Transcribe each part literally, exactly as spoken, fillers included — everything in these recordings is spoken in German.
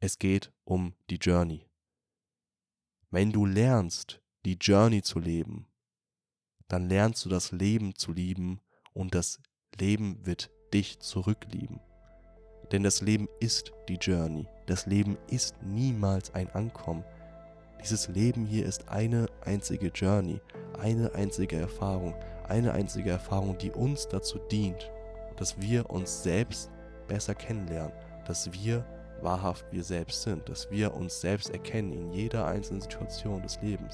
Es geht um die Journey. Wenn du lernst, die Journey zu leben, dann lernst du das Leben zu lieben und das Leben wird dich zurücklieben. Denn das Leben ist die Journey. Das Leben ist niemals ein Ankommen. Dieses Leben hier ist eine einzige Journey, eine einzige Erfahrung, eine einzige Erfahrung, die uns dazu dient, dass wir uns selbst besser kennenlernen, dass wir wahrhaft wir selbst sind, dass wir uns selbst erkennen in jeder einzelnen Situation des Lebens.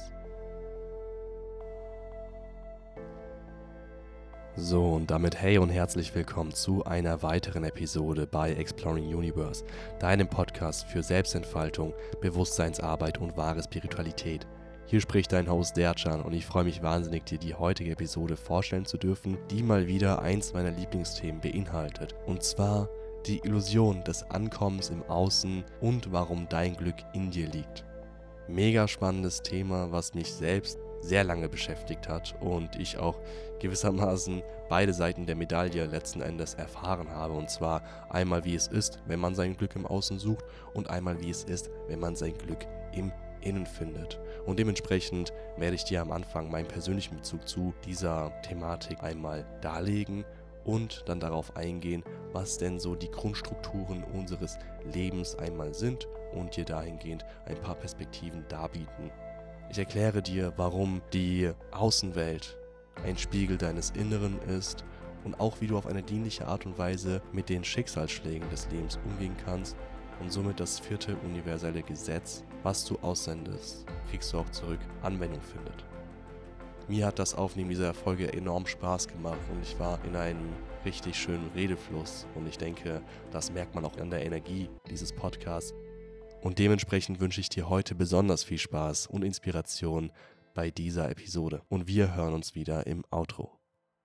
So, und damit hey und herzlich willkommen zu einer weiteren Episode bei Exploring Universe, deinem Podcast für Selbstentfaltung, Bewusstseinsarbeit und wahre Spiritualität. Hier spricht dein Host Dercan und ich freue mich wahnsinnig, dir die heutige Episode vorstellen zu dürfen, die mal wieder eins meiner Lieblingsthemen beinhaltet. Und zwar die Illusion des Ankommens im Außen und warum dein Glück in dir liegt. Mega spannendes Thema, was mich selbst sehr lange beschäftigt hat und ich auch gewissermaßen beide Seiten der Medaille letzten Endes erfahren habe. Und zwar einmal, wie es ist, wenn man sein Glück im Außen sucht und einmal, wie es ist, wenn man sein Glück im Innen findet. Und dementsprechend werde ich dir am Anfang meinen persönlichen Bezug zu dieser Thematik einmal darlegen und dann darauf eingehen, was denn so die Grundstrukturen unseres Lebens einmal sind und dir dahingehend ein paar Perspektiven darbieten. Ich erkläre dir, warum die Außenwelt ein Spiegel deines Inneren ist und auch wie du auf eine dienliche Art und Weise mit den Schicksalsschlägen des Lebens umgehen kannst und somit das vierte universelle Gesetz, was du aussendest, kriegst du auch zurück, Anwendung findet. Mir hat das Aufnehmen dieser Folge enorm Spaß gemacht und ich war in einem richtig schönen Redefluss und ich denke, das merkt man auch an der Energie dieses Podcasts. Und dementsprechend wünsche ich dir heute besonders viel Spaß und Inspiration bei dieser Episode. Und wir hören uns wieder im Outro.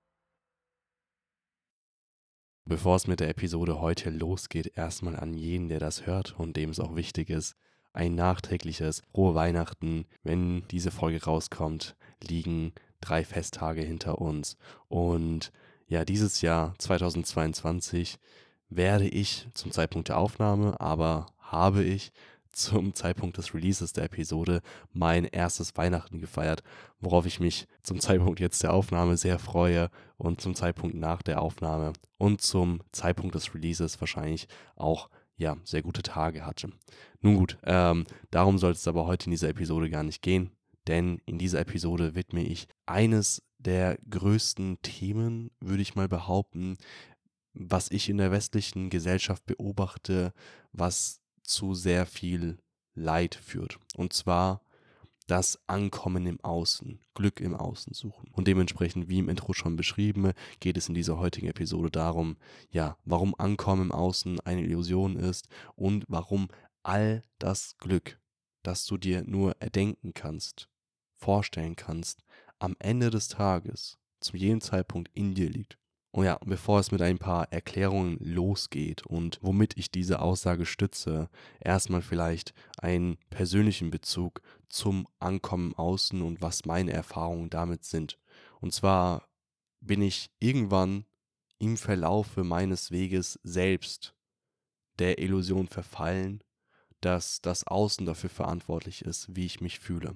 Bevor es mit der Episode heute losgeht, erstmal an jeden, der das hört und dem es auch wichtig ist, ein nachträgliches frohe Weihnachten. Wenn diese Folge rauskommt, liegen drei Festtage hinter uns. Und ja, dieses Jahr zweitausendzweiundzwanzig werde ich zum Zeitpunkt der Aufnahme, aber habe ich zum Zeitpunkt des Releases der Episode mein erstes Weihnachten gefeiert, worauf ich mich zum Zeitpunkt jetzt der Aufnahme sehr freue und zum Zeitpunkt nach der Aufnahme und zum Zeitpunkt des Releases wahrscheinlich auch ja sehr gute Tage hatte. Nun gut, ähm, darum soll es aber heute in dieser Episode gar nicht gehen, denn in dieser Episode widme ich eines der größten Themen, würde ich mal behaupten, was ich in der westlichen Gesellschaft beobachte, was zu sehr viel Leid führt. Und zwar das Ankommen im Außen, Glück im Außen suchen. Und dementsprechend, wie im Intro schon beschrieben, geht es in dieser heutigen Episode darum, ja, warum Ankommen im Außen eine Illusion ist und warum all das Glück, das du dir nur erdenken kannst, vorstellen kannst, am Ende des Tages, zu jedem Zeitpunkt in dir liegt. Und ja, bevor es mit ein paar Erklärungen losgeht und womit ich diese Aussage stütze, erstmal vielleicht einen persönlichen Bezug zum Ankommen im Außen und was meine Erfahrungen damit sind. Und zwar bin ich irgendwann im Verlaufe meines Weges selbst der Illusion verfallen, dass das Außen dafür verantwortlich ist, wie ich mich fühle.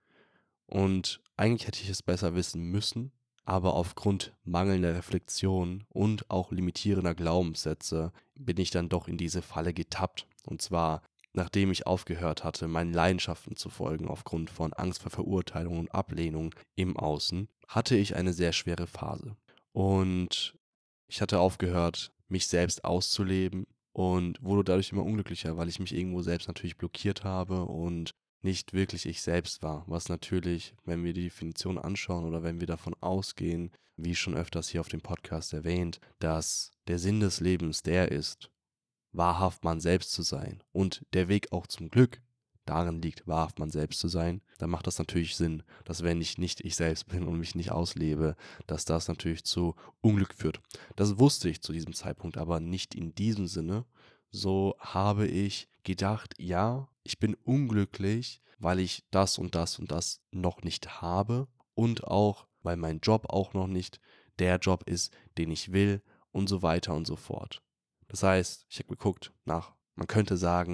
Und eigentlich hätte ich es besser wissen müssen, aber aufgrund mangelnder Reflexion und auch limitierender Glaubenssätze bin ich dann doch in diese Falle getappt. Und zwar, nachdem ich aufgehört hatte, meinen Leidenschaften zu folgen aufgrund von Angst vor Verurteilung und Ablehnung im Außen, hatte ich eine sehr schwere Phase. Und ich hatte aufgehört, mich selbst auszuleben und wurde dadurch immer unglücklicher, weil ich mich irgendwo selbst natürlich blockiert habe und nicht wirklich ich selbst war, was natürlich, wenn wir die Definition anschauen oder wenn wir davon ausgehen, wie schon öfters hier auf dem Podcast erwähnt, dass der Sinn des Lebens der ist, wahrhaft man selbst zu sein und der Weg auch zum Glück darin liegt, wahrhaft man selbst zu sein, dann macht das natürlich Sinn, dass wenn ich nicht ich selbst bin und mich nicht auslebe, dass das natürlich zu Unglück führt. Das wusste ich zu diesem Zeitpunkt aber nicht in diesem Sinne. So habe ich gedacht, ja, ich bin unglücklich, weil ich das und das und das noch nicht habe und auch, weil mein Job auch noch nicht der Job ist, den ich will und so weiter und so fort. Das heißt, ich habe geguckt nach, man könnte sagen,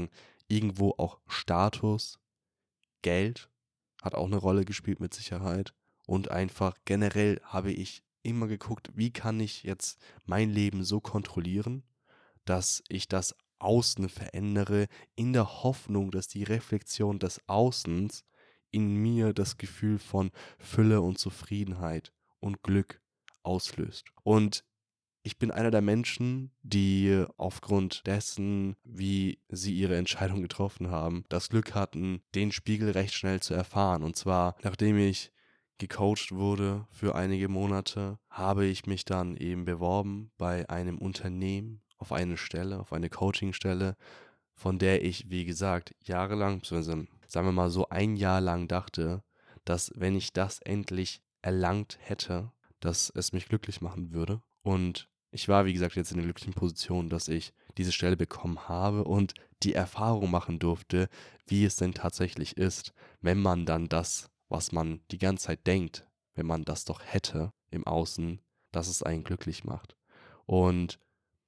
irgendwo auch Status, Geld hat auch eine Rolle gespielt mit Sicherheit. Und einfach generell habe ich immer geguckt, wie kann ich jetzt mein Leben so kontrollieren, dass ich das Außen verändere, in der Hoffnung, dass die Reflexion des Außens in mir das Gefühl von Fülle und Zufriedenheit und Glück auslöst. Und ich bin einer der Menschen, die aufgrund dessen, wie sie ihre Entscheidung getroffen haben, das Glück hatten, den Spiegel recht schnell zu erfahren. Und zwar, nachdem ich gecoacht wurde für einige Monate, habe ich mich dann eben beworben bei einem Unternehmen auf eine Stelle, auf eine Coachingstelle, von der ich, wie gesagt, jahrelang, beziehungsweise sagen wir mal so ein Jahr lang dachte, dass wenn ich das endlich erlangt hätte, dass es mich glücklich machen würde. Und ich war, wie gesagt, jetzt in der glücklichen Position, dass ich diese Stelle bekommen habe und die Erfahrung machen durfte, wie es denn tatsächlich ist, wenn man dann das, was man die ganze Zeit denkt, wenn man das doch hätte im Außen, dass es einen glücklich macht. Und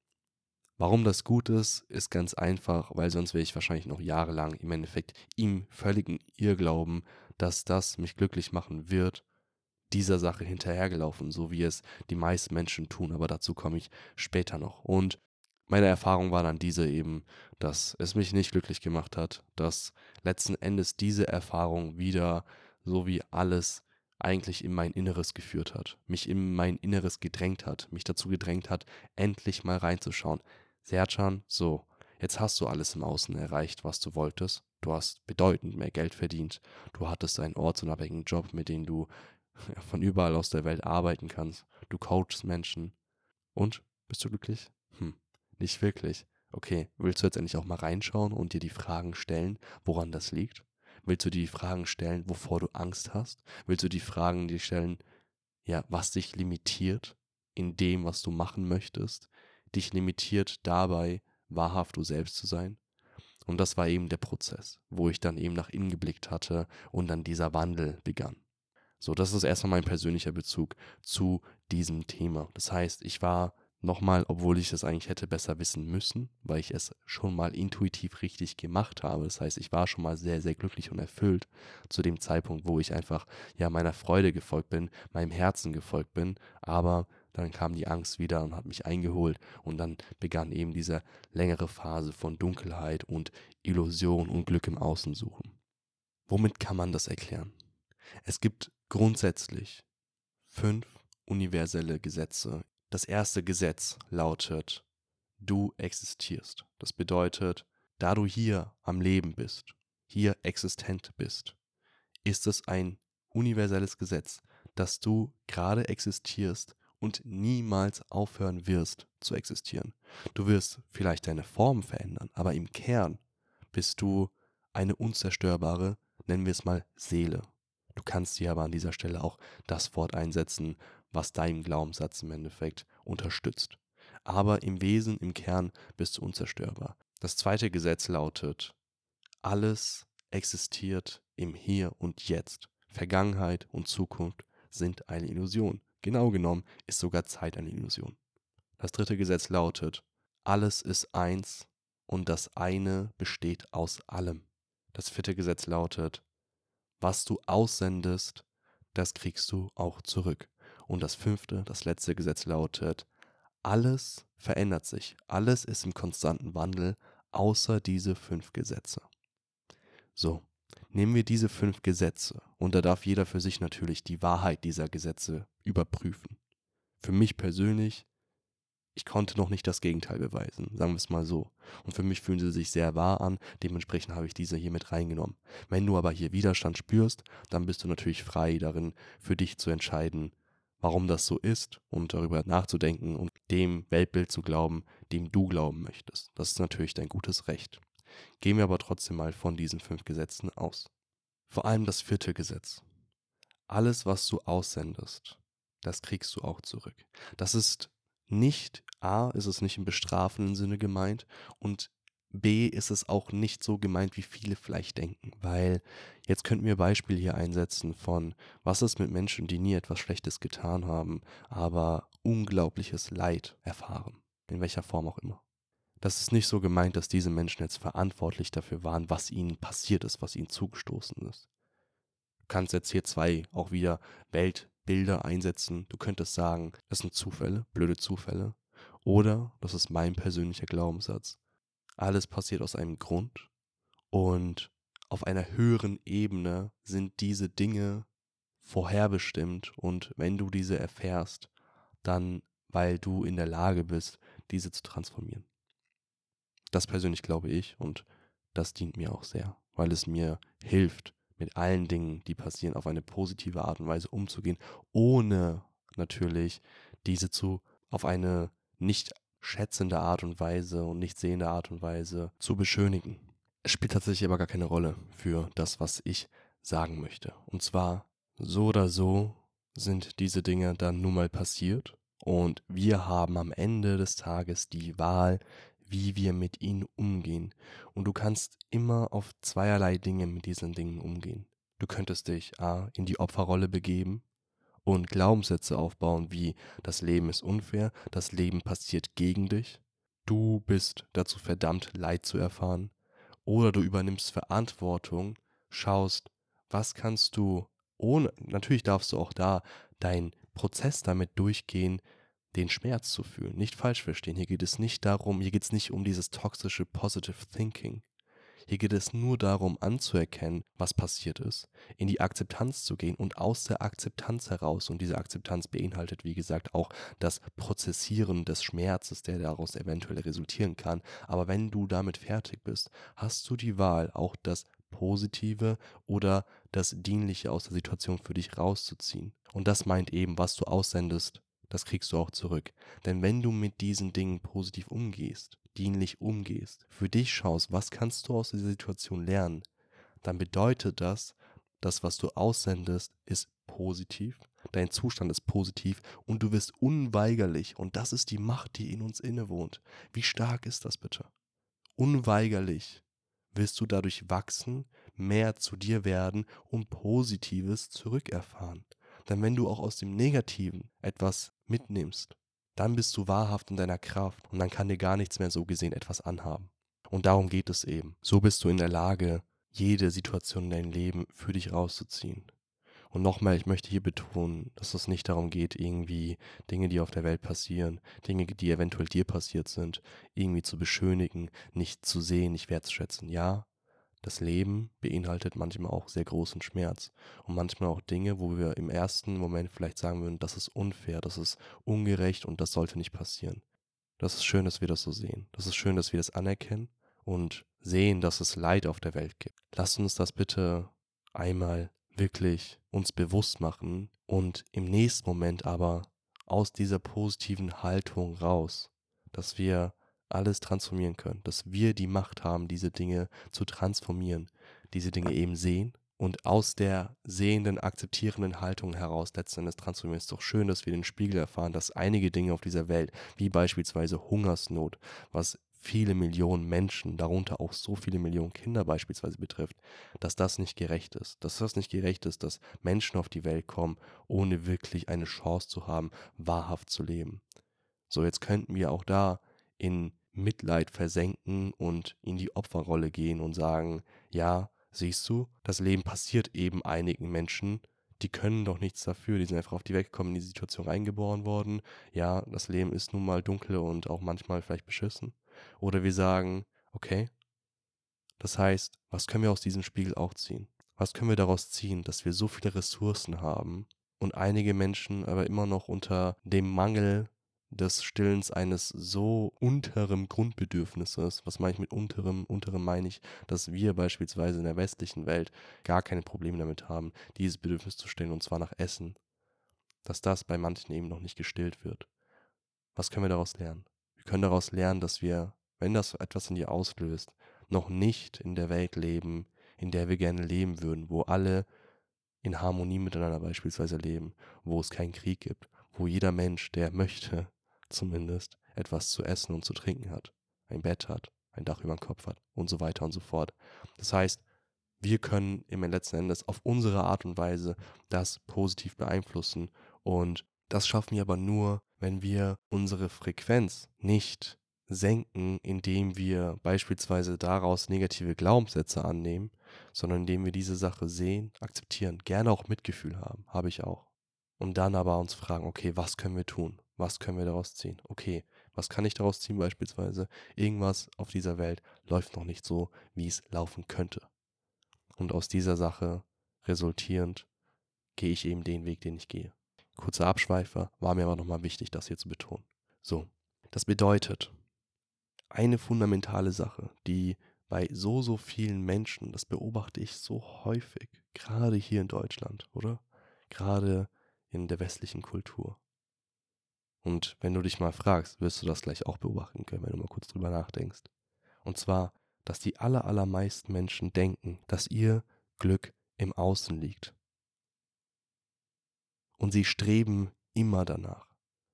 warum das gut ist, ist ganz einfach, weil sonst wäre ich wahrscheinlich noch jahrelang im Endeffekt im völligen Irrglauben, dass das mich glücklich machen wird, dieser Sache hinterhergelaufen, so wie es die meisten Menschen tun, aber dazu komme ich später noch. Und meine Erfahrung war dann diese eben, dass es mich nicht glücklich gemacht hat, dass letzten Endes diese Erfahrung wieder so wie alles eigentlich in mein Inneres geführt hat, mich in mein Inneres gedrängt hat, mich dazu gedrängt hat, endlich mal reinzuschauen. Sercan, so, jetzt hast du alles im Außen erreicht, was du wolltest. Du hast bedeutend mehr Geld verdient. Du hattest einen ortsunabhängigen Job, mit dem du von überall aus der Welt arbeiten kannst. Du coachst Menschen. Und? Bist du glücklich? Hm, nicht wirklich. Okay, willst du jetzt endlich auch mal reinschauen und dir die Fragen stellen, woran das liegt? Willst du dir die Fragen stellen, wovor du Angst hast? Willst du die Fragen dir stellen, ja, was dich limitiert in dem, was du machen möchtest? Dich limitiert dabei, wahrhaft du selbst zu sein? Und das war eben der Prozess, wo ich dann eben nach innen geblickt hatte und dann dieser Wandel begann. So, das ist erstmal mein persönlicher Bezug zu diesem Thema. Das heißt, ich war nochmal, obwohl ich es eigentlich hätte besser wissen müssen, weil ich es schon mal intuitiv richtig gemacht habe. Das heißt, ich war schon mal sehr, sehr glücklich und erfüllt zu dem Zeitpunkt, wo ich einfach ja meiner Freude gefolgt bin, meinem Herzen gefolgt bin. Aber dann kam die Angst wieder und hat mich eingeholt und dann begann eben diese längere Phase von Dunkelheit und Illusion und Glück im Außen suchen. Womit kann man das erklären? Es gibt grundsätzlich fünf universelle Gesetze. Das erste Gesetz lautet, du existierst. Das bedeutet, da du hier am Leben bist, hier existent bist, ist es ein universelles Gesetz, dass du gerade existierst und niemals aufhören wirst zu existieren. Du wirst vielleicht deine Form verändern, aber im Kern bist du eine unzerstörbare, nennen wir es mal Seele. Du kannst hier aber an dieser Stelle auch das Wort einsetzen, was deinem Glaubenssatz im Endeffekt unterstützt. Aber im Wesen, im Kern bist du unzerstörbar. Das zweite Gesetz lautet, alles existiert im Hier und Jetzt. Vergangenheit und Zukunft sind eine Illusion. Genau genommen ist sogar Zeit eine Illusion. Das dritte Gesetz lautet, alles ist eins und das eine besteht aus allem. Das vierte Gesetz lautet, was du aussendest, das kriegst du auch zurück. Und das fünfte, das letzte Gesetz lautet, alles verändert sich, alles ist im konstanten Wandel, außer diese fünf Gesetze. So, nehmen wir diese fünf Gesetze und da darf jeder für sich natürlich die Wahrheit dieser Gesetze überprüfen. Für mich persönlich, ich konnte noch nicht das Gegenteil beweisen, sagen wir es mal so. Und für mich fühlen sie sich sehr wahr an, dementsprechend habe ich diese hier mit reingenommen. Wenn du aber hier Widerstand spürst, dann bist du natürlich frei darin, für dich zu entscheiden, warum das so ist und darüber nachzudenken und dem Weltbild zu glauben, dem du glauben möchtest. Das ist natürlich dein gutes Recht. Gehen wir aber trotzdem mal von diesen fünf Gesetzen aus. Vor allem das vierte Gesetz. Alles, was du aussendest, das kriegst du auch zurück. Das ist nicht, A, ist es nicht im bestrafenden Sinne gemeint und B, ist es auch nicht so gemeint, wie viele vielleicht denken, weil jetzt könnten wir Beispiele hier einsetzen von, was ist mit Menschen, die nie etwas Schlechtes getan haben, aber unglaubliches Leid erfahren, in welcher Form auch immer. Das ist nicht so gemeint, dass diese Menschen jetzt verantwortlich dafür waren, was ihnen passiert ist, was ihnen zugestoßen ist. Du kannst jetzt hier zwei auch wieder Weltbilder einsetzen. Du könntest sagen, das sind Zufälle, blöde Zufälle. Oder, das ist mein persönlicher Glaubenssatz, alles passiert aus einem Grund und auf einer höheren Ebene sind diese Dinge vorherbestimmt und wenn du diese erfährst, dann weil du in der Lage bist, diese zu transformieren. Das persönlich glaube ich und das dient mir auch sehr, weil es mir hilft, mit allen Dingen, die passieren, auf eine positive Art und Weise umzugehen, ohne natürlich diese zu auf eine nicht schätzende Art und Weise und nicht sehende Art und Weise zu beschönigen. Es spielt tatsächlich aber gar keine Rolle für das, was ich sagen möchte. Und zwar, so oder so sind diese Dinge dann nun mal passiert und wir haben am Ende des Tages die Wahl, wie wir mit ihnen umgehen. Und du kannst immer auf zweierlei Dinge mit diesen Dingen umgehen. Du könntest dich A, in die Opferrolle begeben und Glaubenssätze aufbauen wie das Leben ist unfair, das Leben passiert gegen dich, du bist dazu verdammt, Leid zu erfahren. Oder du übernimmst Verantwortung, schaust, was kannst du ohne, natürlich darfst du auch da deinen Prozess damit durchgehen, den Schmerz zu fühlen. Nicht falsch verstehen, hier geht es nicht darum, hier geht es nicht um dieses toxische Positive Thinking. Hier geht es nur darum, anzuerkennen, was passiert ist, in die Akzeptanz zu gehen und aus der Akzeptanz heraus, und diese Akzeptanz beinhaltet, wie gesagt, auch das Prozessieren des Schmerzes, der daraus eventuell resultieren kann. Aber wenn du damit fertig bist, hast du die Wahl, auch das Positive oder das Dienliche aus der Situation für dich rauszuziehen. Und das meint eben, was du aussendest, das kriegst du auch zurück. Denn wenn du mit diesen Dingen positiv umgehst, dienlich umgehst, für dich schaust, was kannst du aus dieser Situation lernen, dann bedeutet das, das, was du aussendest, ist positiv, dein Zustand ist positiv und du wirst unweigerlich, und das ist die Macht, die in uns innewohnt. Wie stark ist das bitte? Unweigerlich wirst du dadurch wachsen, mehr zu dir werden und Positives zurückerfahren. Denn wenn du auch aus dem Negativen etwas mitnimmst, dann bist du wahrhaft in deiner Kraft und dann kann dir gar nichts mehr so gesehen etwas anhaben. Und darum geht es eben. So bist du in der Lage, jede Situation in deinem Leben für dich rauszuziehen. Und nochmal, ich möchte hier betonen, dass es nicht darum geht, irgendwie Dinge, die auf der Welt passieren, Dinge, die eventuell dir passiert sind, irgendwie zu beschönigen, nicht zu sehen, nicht wertzuschätzen. Ja, das Leben beinhaltet manchmal auch sehr großen Schmerz und manchmal auch Dinge, wo wir im ersten Moment vielleicht sagen würden, das ist unfair, das ist ungerecht und das sollte nicht passieren. Das ist schön, dass wir das so sehen. Das ist schön, dass wir das anerkennen und sehen, dass es Leid auf der Welt gibt. Lasst uns das bitte einmal wirklich uns bewusst machen und im nächsten Moment aber aus dieser positiven Haltung raus, dass wir alles transformieren können, dass wir die Macht haben, diese Dinge zu transformieren, diese Dinge eben sehen und aus der sehenden, akzeptierenden Haltung heraus letztendlich transformieren. Es ist doch schön, dass wir den Spiegel erfahren, dass einige Dinge auf dieser Welt, wie beispielsweise Hungersnot, was viele Millionen Menschen, darunter auch so viele Millionen Kinder beispielsweise betrifft, dass das nicht gerecht ist. Dass das nicht gerecht ist, dass Menschen auf die Welt kommen, ohne wirklich eine Chance zu haben, wahrhaft zu leben. So, jetzt könnten wir auch da in Mitleid versenken und in die Opferrolle gehen und sagen, ja, siehst du, das Leben passiert eben einigen Menschen, die können doch nichts dafür, die sind einfach auf die Welt gekommen, in die Situation reingeboren worden. Ja, das Leben ist nun mal dunkel und auch manchmal vielleicht beschissen. Oder wir sagen, okay, das heißt, was können wir aus diesem Spiegel auch ziehen? Was können wir daraus ziehen, dass wir so viele Ressourcen haben und einige Menschen aber immer noch unter dem Mangel des Stillens eines so unterem Grundbedürfnisses, was meine ich mit unterem? Unterem meine ich, dass wir beispielsweise in der westlichen Welt gar keine Probleme damit haben, dieses Bedürfnis zu stillen, und zwar nach Essen, dass das bei manchen eben noch nicht gestillt wird. Was können wir daraus lernen? Wir können daraus lernen, dass wir, wenn das etwas in dir auslöst, noch nicht in der Welt leben, in der wir gerne leben würden, wo alle in Harmonie miteinander beispielsweise leben, wo es keinen Krieg gibt, wo jeder Mensch, der möchte, zumindest etwas zu essen und zu trinken hat, ein Bett hat, ein Dach über dem Kopf hat und so weiter und so fort. Das heißt, wir können im letzten Endes auf unsere Art und Weise das positiv beeinflussen und das schaffen wir aber nur, wenn wir unsere Frequenz nicht senken, indem wir beispielsweise daraus negative Glaubenssätze annehmen, sondern indem wir diese Sache sehen, akzeptieren, gerne auch Mitgefühl haben, habe ich auch. Und dann aber uns fragen, okay, was können wir tun? Was können wir daraus ziehen? Okay, was kann ich daraus ziehen beispielsweise? Irgendwas auf dieser Welt läuft noch nicht so, wie es laufen könnte. Und aus dieser Sache resultierend gehe ich eben den Weg, den ich gehe. Kurzer Abschweifer, war mir aber nochmal wichtig, das hier zu betonen. So, das bedeutet, eine fundamentale Sache, die bei so, so vielen Menschen, das beobachte ich so häufig, gerade hier in Deutschland, oder? Gerade in der westlichen Kultur. Und wenn du dich mal fragst, wirst du das gleich auch beobachten können, wenn du mal kurz drüber nachdenkst. Und zwar, dass die aller, allermeisten Menschen denken, dass ihr Glück im Außen liegt. Und sie streben immer danach.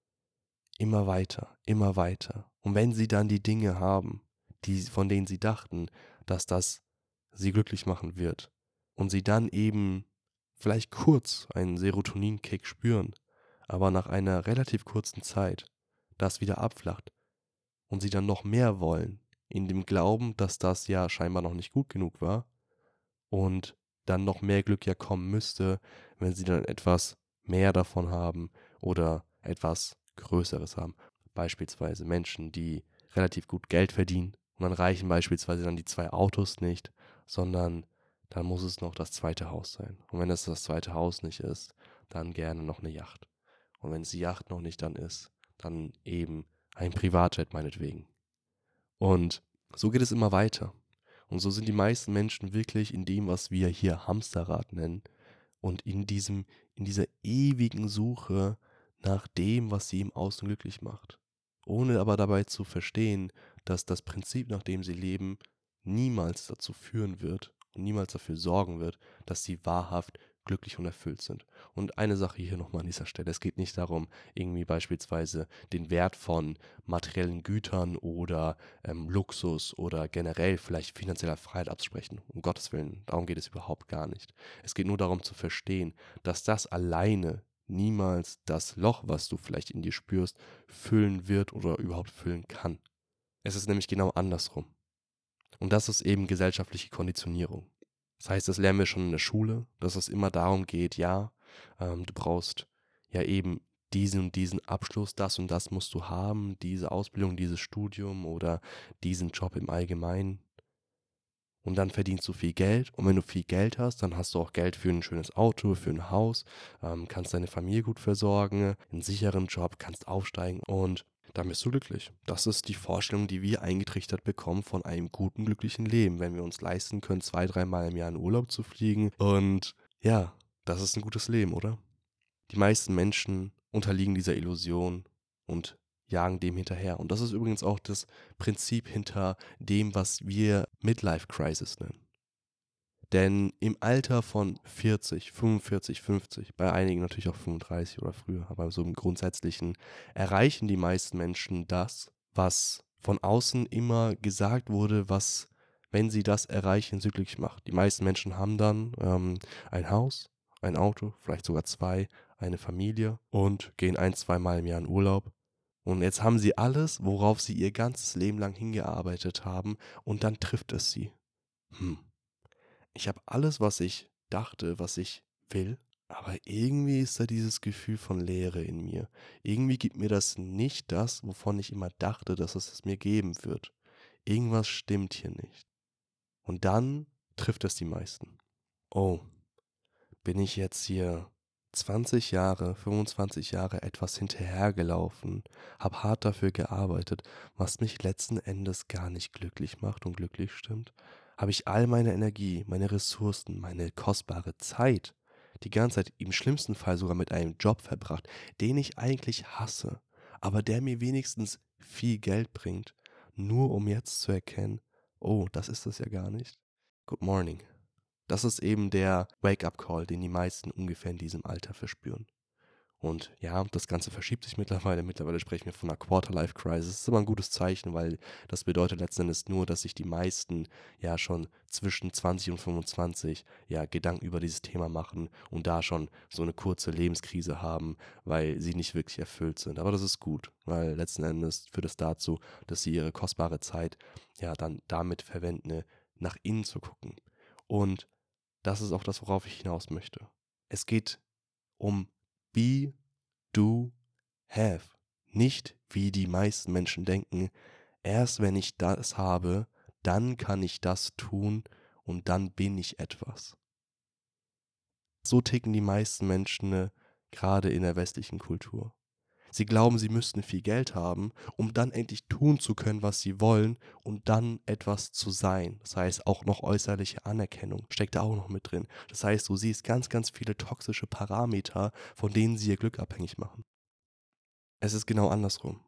Immer weiter, immer weiter. Und wenn sie dann die Dinge haben, die, von denen sie dachten, dass das sie glücklich machen wird, und sie dann eben vielleicht kurz einen Serotoninkick spüren, aber nach einer relativ kurzen Zeit das wieder abflacht und sie dann noch mehr wollen, in dem Glauben, dass das ja scheinbar noch nicht gut genug war und dann noch mehr Glück ja kommen müsste, wenn sie dann etwas mehr davon haben oder etwas Größeres haben. Beispielsweise Menschen, die relativ gut Geld verdienen und dann reichen beispielsweise dann die zwei Autos nicht, sondern dann muss es noch das zweite Haus sein. Und wenn es das zweite Haus nicht ist, dann gerne noch eine Yacht. Und wenn es die Yacht noch nicht dann ist, dann eben ein Privatjet meinetwegen. Und so geht es immer weiter. Und so sind die meisten Menschen wirklich in dem, was wir hier Hamsterrad nennen, und in diesem, in dieser ewigen Suche nach dem, was sie im Außen glücklich macht. Ohne aber dabei zu verstehen, dass das Prinzip, nach dem sie leben, niemals dazu führen wird und niemals dafür sorgen wird, dass sie wahrhaft glücklich und erfüllt sind. Und eine Sache hier nochmal an dieser Stelle. Es geht nicht darum, irgendwie beispielsweise den Wert von materiellen Gütern oder ähm, Luxus oder generell vielleicht finanzieller Freiheit abzusprechen. Um Gottes Willen, darum geht es überhaupt gar nicht. Es geht nur darum zu verstehen, dass das alleine niemals das Loch, was du vielleicht in dir spürst, füllen wird oder überhaupt füllen kann. Es ist nämlich genau andersrum. Und das ist eben gesellschaftliche Konditionierung. Das heißt, das lernen wir schon in der Schule, dass es immer darum geht, ja, ähm, du brauchst ja eben diesen und diesen Abschluss, das und das musst du haben, diese Ausbildung, dieses Studium oder diesen Job im Allgemeinen. Und dann verdienst du viel Geld. Und wenn du viel Geld hast, dann hast du auch Geld für ein schönes Auto, für ein Haus, ähm, kannst deine Familie gut versorgen, einen sicheren Job, kannst aufsteigen und dann bist du glücklich. Das ist die Vorstellung, die wir eingetrichtert bekommen von einem guten, glücklichen Leben, wenn wir uns leisten können, zwei, dreimal im Jahr in Urlaub zu fliegen. Und ja, das ist ein gutes Leben, oder? Die meisten Menschen unterliegen dieser Illusion und jagen dem hinterher. Und das ist übrigens auch das Prinzip hinter dem, was wir Midlife Crisis nennen. Denn im Alter von vierzig, fünfundvierzig, fünfzig, bei einigen natürlich auch fünfunddreißig oder früher, aber so im Grundsätzlichen, erreichen die meisten Menschen das, was von außen immer gesagt wurde, was, wenn sie das erreichen, sie glücklich macht. Die meisten Menschen haben dann ähm, ein Haus, ein Auto, vielleicht sogar zwei, eine Familie und gehen ein, zweimal im Jahr in Urlaub. Und jetzt haben sie alles, worauf sie ihr ganzes Leben lang hingearbeitet haben, und dann trifft es sie. Hm. Ich habe alles, was ich dachte, was ich will, aber irgendwie ist da dieses Gefühl von Leere in mir. Irgendwie gibt mir das nicht das, wovon ich immer dachte, dass es es mir geben wird. Irgendwas stimmt hier nicht. Und dann trifft es die meisten. Oh, bin ich jetzt hier zwanzig Jahre, fünfundzwanzig Jahre etwas hinterhergelaufen, habe hart dafür gearbeitet, was mich letzten Endes gar nicht glücklich macht und glücklich stimmt? Habe ich all meine Energie, meine Ressourcen, meine kostbare Zeit die ganze Zeit im schlimmsten Fall sogar mit einem Job verbracht, den ich eigentlich hasse, aber der mir wenigstens viel Geld bringt, nur um jetzt zu erkennen, oh, das ist es ja gar nicht. Good morning. Das ist eben der Wake-up-Call, den die meisten ungefähr in diesem Alter verspüren. Und ja, das Ganze verschiebt sich mittlerweile. Mittlerweile sprechen wir von einer Quarter-Life-Crisis. Das ist aber ein gutes Zeichen, weil das bedeutet letzten Endes nur, dass sich die meisten ja schon zwischen zwanzig und fünfundzwanzig ja Gedanken über dieses Thema machen und da schon so eine kurze Lebenskrise haben, weil sie nicht wirklich erfüllt sind. Aber das ist gut, weil letzten Endes führt es dazu, dass sie ihre kostbare Zeit ja dann damit verwenden, nach innen zu gucken. Und das ist auch das, worauf ich hinaus möchte. Es geht um Be, Do, Have. Nicht wie die meisten Menschen denken, erst wenn ich das habe, dann kann ich das tun und dann bin ich etwas. So ticken die meisten Menschen äh, gerade in der westlichen Kultur. Sie glauben, sie müssten viel Geld haben, um dann endlich tun zu können, was sie wollen und dann etwas zu sein. Das heißt, auch noch äußerliche Anerkennung steckt da auch noch mit drin. Das heißt, du siehst ganz, ganz viele toxische Parameter, von denen sie ihr Glück abhängig machen. Es ist genau andersrum.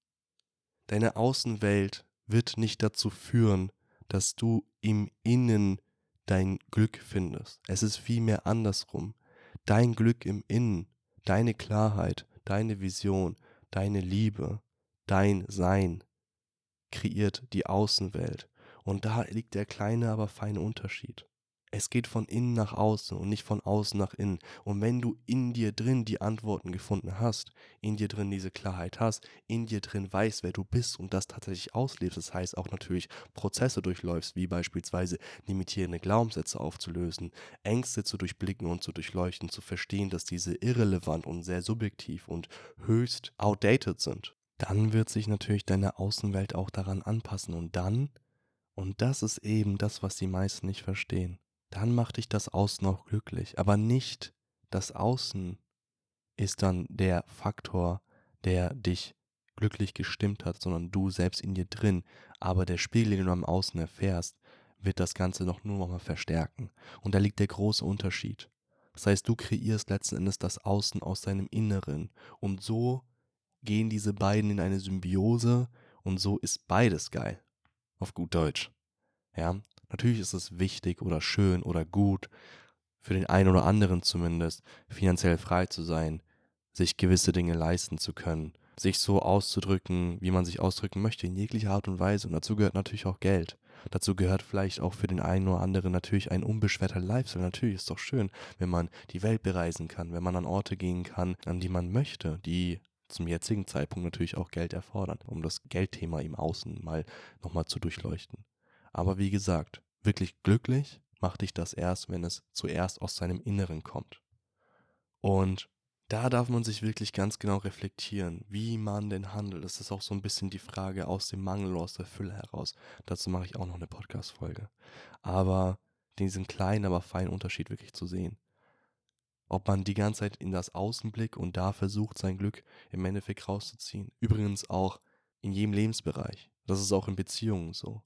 Deine Außenwelt wird nicht dazu führen, dass du im Innen dein Glück findest. Es ist vielmehr andersrum. Dein Glück im Innen, deine Klarheit, deine Vision, deine Liebe, dein Sein kreiert die Außenwelt. Und da liegt der kleine, aber feine Unterschied. Es geht von innen nach außen und nicht von außen nach innen. Und wenn du in dir drin die Antworten gefunden hast, in dir drin diese Klarheit hast, in dir drin weißt, wer du bist und das tatsächlich auslebst, das heißt auch natürlich Prozesse durchläufst, wie beispielsweise limitierende Glaubenssätze aufzulösen, Ängste zu durchblicken und zu durchleuchten, zu verstehen, dass diese irrelevant und sehr subjektiv und höchst outdated sind, dann wird sich natürlich deine Außenwelt auch daran anpassen und dann, und das ist eben das, was die meisten nicht verstehen, dann macht dich das Außen auch glücklich. Aber nicht das Außen ist dann der Faktor, der dich glücklich gestimmt hat, sondern du selbst in dir drin. Aber der Spiegel, den du am Außen erfährst, wird das Ganze noch nur noch mal verstärken. Und da liegt der große Unterschied. Das heißt, du kreierst letzten Endes das Außen aus deinem Inneren. Und so gehen diese beiden in eine Symbiose und so ist beides geil. Auf gut Deutsch. Ja, natürlich ist es wichtig oder schön oder gut, für den einen oder anderen zumindest, finanziell frei zu sein, sich gewisse Dinge leisten zu können, sich so auszudrücken, wie man sich ausdrücken möchte, in jeglicher Art und Weise. Und dazu gehört natürlich auch Geld. Dazu gehört vielleicht auch für den einen oder anderen natürlich ein unbeschwerter Lifestyle. Natürlich ist es doch schön, wenn man die Welt bereisen kann, wenn man an Orte gehen kann, an die man möchte, die zum jetzigen Zeitpunkt natürlich auch Geld erfordern, um das Geldthema im Außen mal nochmal zu durchleuchten. Aber wie gesagt, wirklich glücklich macht dich das erst, wenn es zuerst aus seinem Inneren kommt. Und da darf man sich wirklich ganz genau reflektieren, wie man denn handelt. Das ist auch so ein bisschen die Frage aus dem Mangel oder aus der Fülle heraus. Dazu mache ich auch noch eine Podcast-Folge. Aber diesen kleinen, aber feinen Unterschied wirklich zu sehen. Ob man die ganze Zeit in das Außen blickt und da versucht, sein Glück im Endeffekt rauszuziehen. Übrigens auch in jedem Lebensbereich. Das ist auch in Beziehungen so.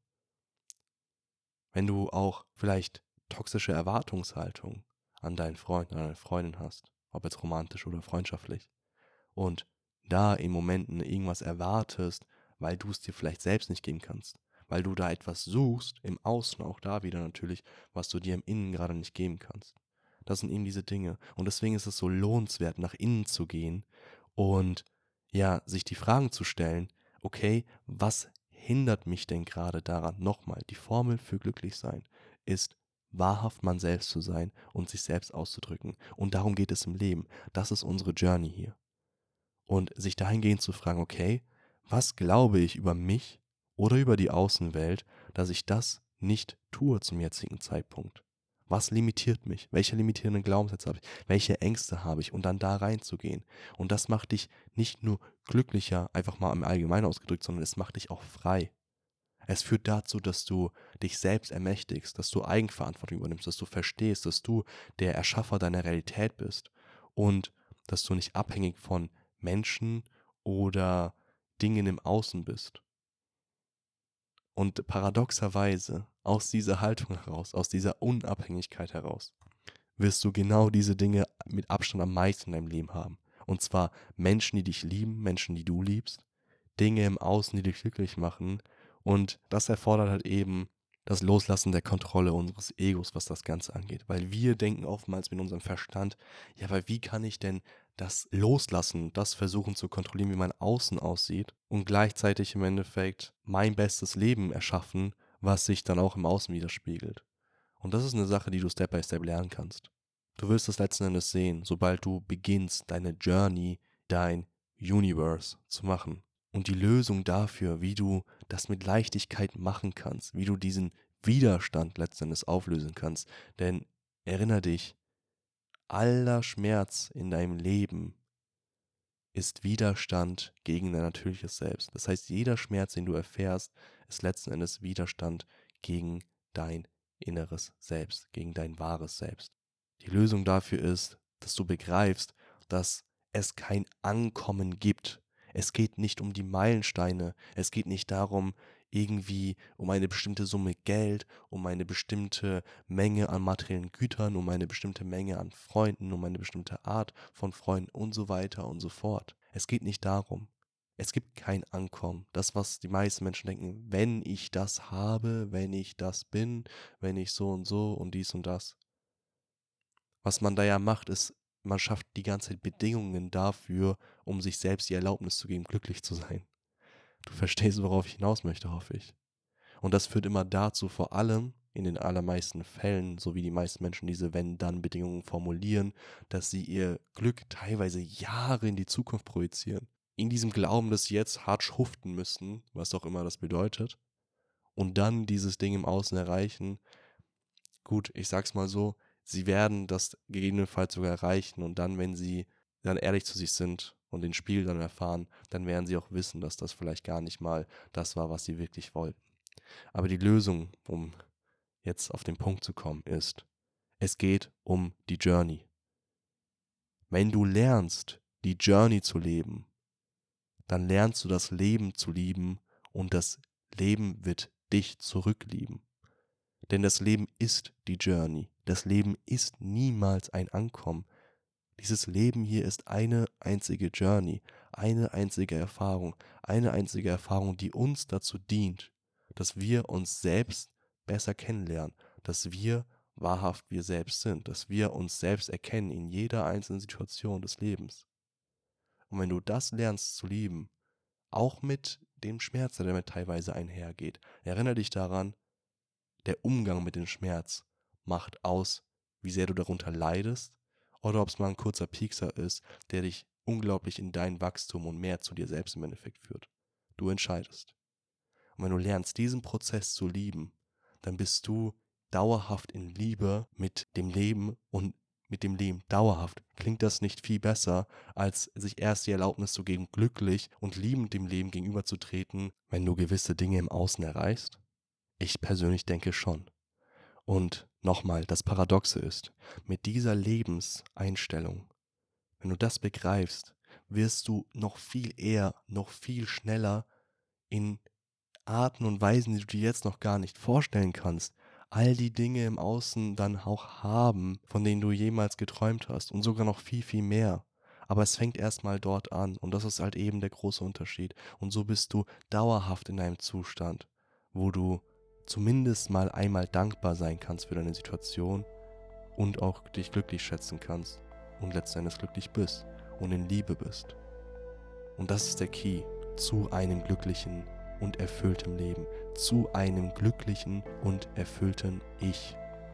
Wenn du auch vielleicht toxische Erwartungshaltung an deinen Freund, an deine Freundin hast, ob jetzt romantisch oder freundschaftlich, und da in Momenten irgendwas erwartest, weil du es dir vielleicht selbst nicht geben kannst, weil du da etwas suchst, im Außen auch da wieder natürlich, was du dir im Innen gerade nicht geben kannst. Das sind eben diese Dinge. Und deswegen ist es so lohnenswert, nach innen zu gehen und ja, sich die Fragen zu stellen, okay, was hindert mich denn gerade daran? Nochmal, die Formel für glücklich sein ist, wahrhaft man selbst zu sein und sich selbst auszudrücken. Und darum geht es im Leben. Das ist unsere Journey hier. Und sich dahingehend zu fragen, okay, was glaube ich über mich oder über die Außenwelt, dass ich das nicht tue zum jetzigen Zeitpunkt? Was limitiert mich? Welche limitierenden Glaubenssätze habe ich? Welche Ängste habe ich? Und dann da reinzugehen. Und das macht dich nicht nur glücklicher, einfach mal im Allgemeinen ausgedrückt, sondern es macht dich auch frei. Es führt dazu, dass du dich selbst ermächtigst, dass du Eigenverantwortung übernimmst, dass du verstehst, dass du der Erschaffer deiner Realität bist und dass du nicht abhängig von Menschen oder Dingen im Außen bist. Und paradoxerweise, aus dieser Haltung heraus, aus dieser Unabhängigkeit heraus, wirst du genau diese Dinge mit Abstand am meisten in deinem Leben haben. Und zwar Menschen, die dich lieben, Menschen, die du liebst, Dinge im Außen, die dich glücklich machen. Und das erfordert halt eben das Loslassen der Kontrolle unseres Egos, was das Ganze angeht. Weil wir denken oftmals mit unserem Verstand, ja, aber wie kann ich denn das Loslassen, das Versuchen zu kontrollieren, wie mein Außen aussieht und gleichzeitig im Endeffekt mein bestes Leben erschaffen, was sich dann auch im Außen widerspiegelt. Und das ist eine Sache, die du Step by Step lernen kannst. Du wirst es letzten Endes sehen, sobald du beginnst, deine Journey, dein Universe zu machen. Und die Lösung dafür, wie du das mit Leichtigkeit machen kannst, wie du diesen Widerstand letzten Endes auflösen kannst. Denn erinnere dich, aller Schmerz in deinem Leben ist Widerstand gegen dein natürliches Selbst. Das heißt, jeder Schmerz, den du erfährst, ist letzten Endes Widerstand gegen dein inneres Selbst, gegen dein wahres Selbst. Die Lösung dafür ist, dass du begreifst, dass es kein Ankommen gibt. Es geht nicht um die Meilensteine, es geht nicht darum, irgendwie um eine bestimmte Summe Geld, um eine bestimmte Menge an materiellen Gütern, um eine bestimmte Menge an Freunden, um eine bestimmte Art von Freunden und so weiter und so fort. Es geht nicht darum. Es gibt kein Ankommen. Das, was die meisten Menschen denken, wenn ich das habe, wenn ich das bin, wenn ich so und so und dies und das. Was man da ja macht, ist, man schafft die ganze Zeit Bedingungen dafür, um sich selbst die Erlaubnis zu geben, glücklich zu sein. Du verstehst, worauf ich hinaus möchte, hoffe ich. Und das führt immer dazu, vor allem in den allermeisten Fällen, so wie die meisten Menschen diese Wenn-Dann-Bedingungen formulieren, dass sie ihr Glück teilweise Jahre in die Zukunft projizieren. In diesem Glauben, dass sie jetzt hart schuften müssen, was auch immer das bedeutet, und dann dieses Ding im Außen erreichen. Gut, ich sag's mal so, sie werden das gegebenenfalls sogar erreichen und dann, wenn sie dann ehrlich zu sich sind und den Spiegel dann erfahren, dann werden sie auch wissen, dass das vielleicht gar nicht mal das war, was sie wirklich wollten. Aber die Lösung, um jetzt auf den Punkt zu kommen, ist, es geht um die Journey. Wenn du lernst, die Journey zu leben, dann lernst du das Leben zu lieben und das Leben wird dich zurücklieben. Denn das Leben ist die Journey. Das Leben ist niemals ein Ankommen. Dieses Leben hier ist eine einzige Journey, eine einzige Erfahrung, eine einzige Erfahrung, die uns dazu dient, dass wir uns selbst besser kennenlernen, dass wir wahrhaft wir selbst sind, dass wir uns selbst erkennen in jeder einzelnen Situation des Lebens. Und wenn du das lernst zu lieben, auch mit dem Schmerz, der damit teilweise einhergeht, erinnere dich daran, der Umgang mit dem Schmerz macht aus, wie sehr du darunter leidest oder ob es mal ein kurzer Piekser ist, der dich unglaublich in dein Wachstum und mehr zu dir selbst im Endeffekt führt. Du entscheidest. Und wenn du lernst, diesen Prozess zu lieben, dann bist du dauerhaft in Liebe mit dem Leben und mit dem Leben dauerhaft. Klingt das nicht viel besser, als sich erst die Erlaubnis zu geben, glücklich und liebend dem Leben gegenüberzutreten, wenn du gewisse Dinge im Außen erreichst? Ich persönlich denke schon. Und nochmal, das Paradoxe ist, mit dieser Lebenseinstellung, wenn du das begreifst, wirst du noch viel eher, noch viel schneller in Arten und Weisen, die du dir jetzt noch gar nicht vorstellen kannst, all die Dinge im Außen dann auch haben, von denen du jemals geträumt hast und sogar noch viel, viel mehr. Aber es fängt erstmal dort an und das ist halt eben der große Unterschied. Und so bist du dauerhaft in einem Zustand, wo du zumindest mal einmal dankbar sein kannst für deine Situation und auch dich glücklich schätzen kannst und letztendlich glücklich bist und in Liebe bist. Und das ist der Key zu einem glücklichen und erfülltem Leben, zu einem glücklichen und erfüllten Ich.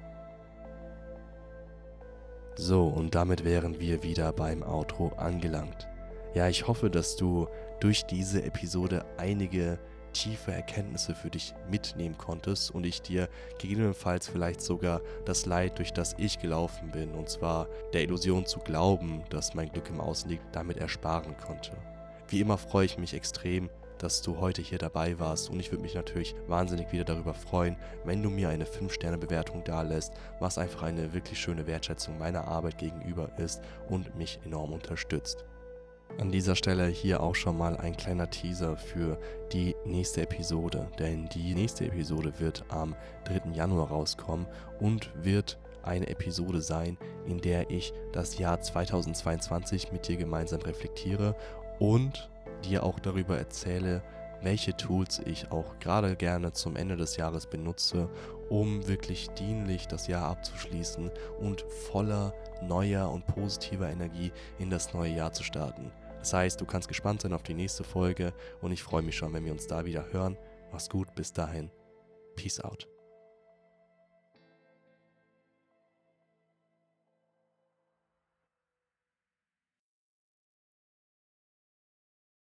So, und damit wären wir wieder beim Outro angelangt. Ja, ich hoffe, dass du durch diese Episode einige tiefe Erkenntnisse für dich mitnehmen konntest und ich dir gegebenenfalls vielleicht sogar das Leid, durch das ich gelaufen bin, und zwar der Illusion zu glauben, dass mein Glück im Außen liegt, damit ersparen konnte. Wie immer freue ich mich extrem, dass du heute hier dabei warst und ich würde mich natürlich wahnsinnig wieder darüber freuen, wenn du mir eine fünf Sterne Bewertung dalässt, was einfach eine wirklich schöne Wertschätzung meiner Arbeit gegenüber ist und mich enorm unterstützt. An dieser Stelle hier auch schon mal ein kleiner Teaser für die nächste Episode, denn die nächste Episode wird am dritten Januar rauskommen und wird eine Episode sein, in der ich das Jahr zweitausendzweiundzwanzig mit dir gemeinsam reflektiere und dir auch darüber erzähle, welche Tools ich auch gerade gerne zum Ende des Jahres benutze, um wirklich dienlich das Jahr abzuschließen und voller neuer und positiver Energie in das neue Jahr zu starten. Das heißt, du kannst gespannt sein auf die nächste Folge und ich freue mich schon, wenn wir uns da wieder hören. Mach's gut, bis dahin. Peace out.